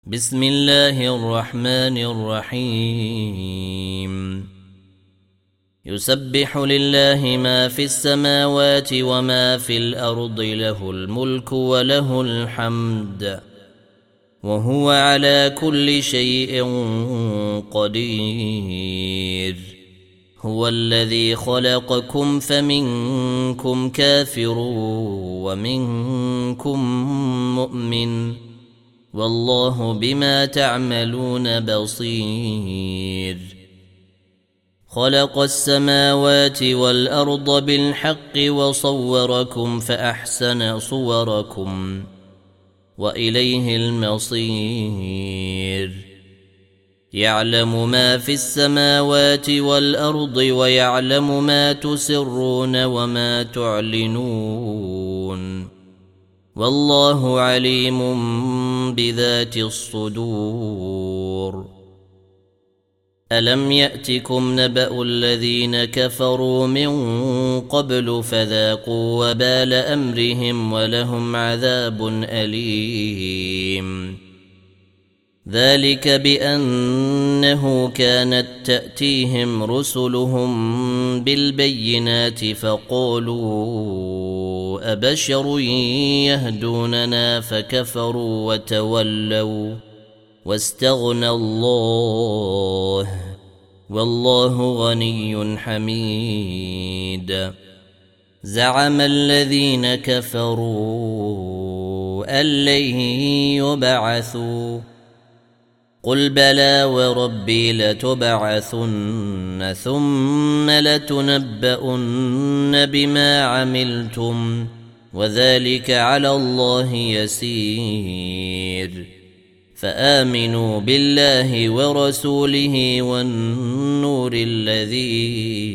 بسم الله الرحمن الرحيم يسبح لله ما في السماوات وما في الأرض له الملك وله الحمد وهو على كل شيء قدير هو الذي خلقكم فمنكم كافر ومنكم مؤمن والله بما تعملون بصير خلق السماوات والأرض بالحق وصوركم فأحسن صوركم وإليه المصير يعلم ما في السماوات والأرض ويعلم ما تسرون وما تعلنون والله عليم بذات الصدور ألم يأتكم نبأ الذين كفروا من قبل فذاقوا وبال أمرهم ولهم عذاب أليم ذلك بأنه كانت تأتيهم رسلهم بالبينات فقالوا أبشر يهدوننا فكفروا وتولوا واستغنى الله والله غني حميد زعم الذين كفروا أن لن يبعثوا قل بلى وربي لتبعثن ثم لتنبؤن بما عملتم وذلك على الله يسير فآمنوا بالله ورسوله والنور الذي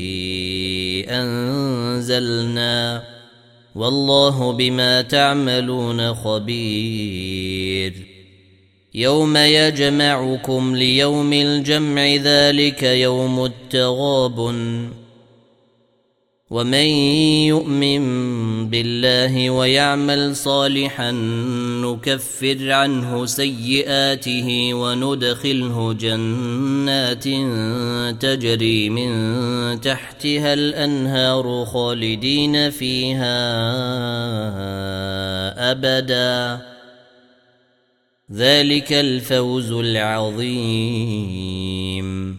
أنزلنا والله بما تعملون خبير يوم يجمعكم ليوم الجمع ذلك يوم التغابن ومن يؤمن بالله ويعمل صالحا نكفر عنه سيئاته وندخله جنات تجري من تحتها الأنهار خالدين فيها أبدا ذلك الفوز العظيم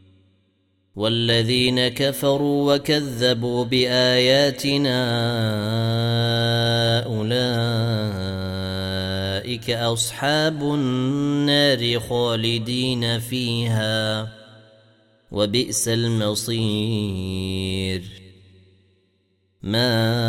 والذين كفروا وكذبوا بآياتنا أولئك أصحاب النار خالدين فيها وبئس المصير ما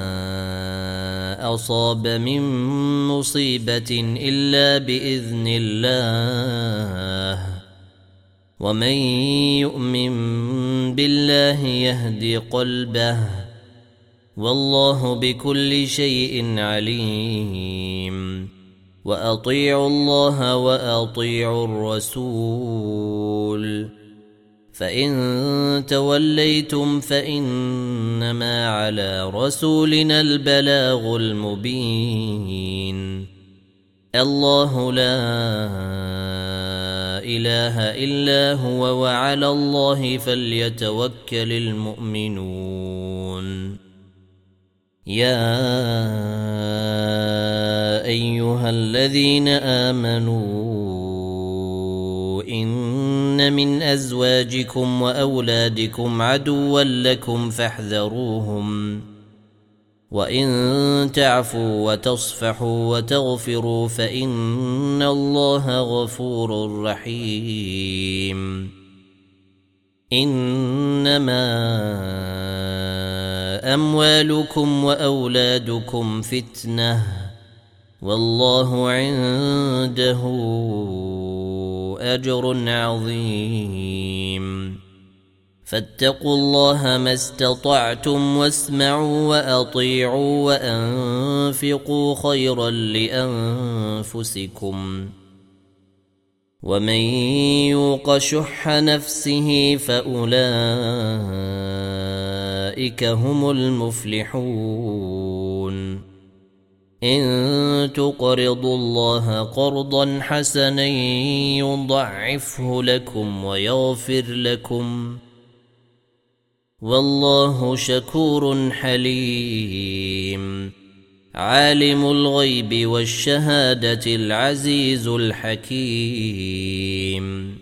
أصاب من مصيبة إلا بإذن الله ومن يؤمن بالله يهد قلبه والله بكل شيء عليم وأطيعوا الله وأطيعوا الرسول فإن توليتم فإنما على رسولنا البلاغ المبين الله لا إله إلا هو وعلى الله فليتوكل المؤمنون يا أيها الذين آمنوا إن من أزواجكم وأولادكم عدوا لكم فاحذروهم وإن تعفوا وتصفحوا وتغفروا فإن الله غفور رحيم إنما أموالكم وأولادكم فتنة والله عنده أجر عظيم فاتقوا الله ما استطعتم واسمعوا وأطيعوا وأنفقوا خيرا لأنفسكم ومن يوق شح نفسه فأولئك هم المفلحون إن تقرضوا الله قرضا حسنا يضعفه لكم ويغفر لكم والله شكور حليم عالم الغيب والشهادة العزيز الحكيم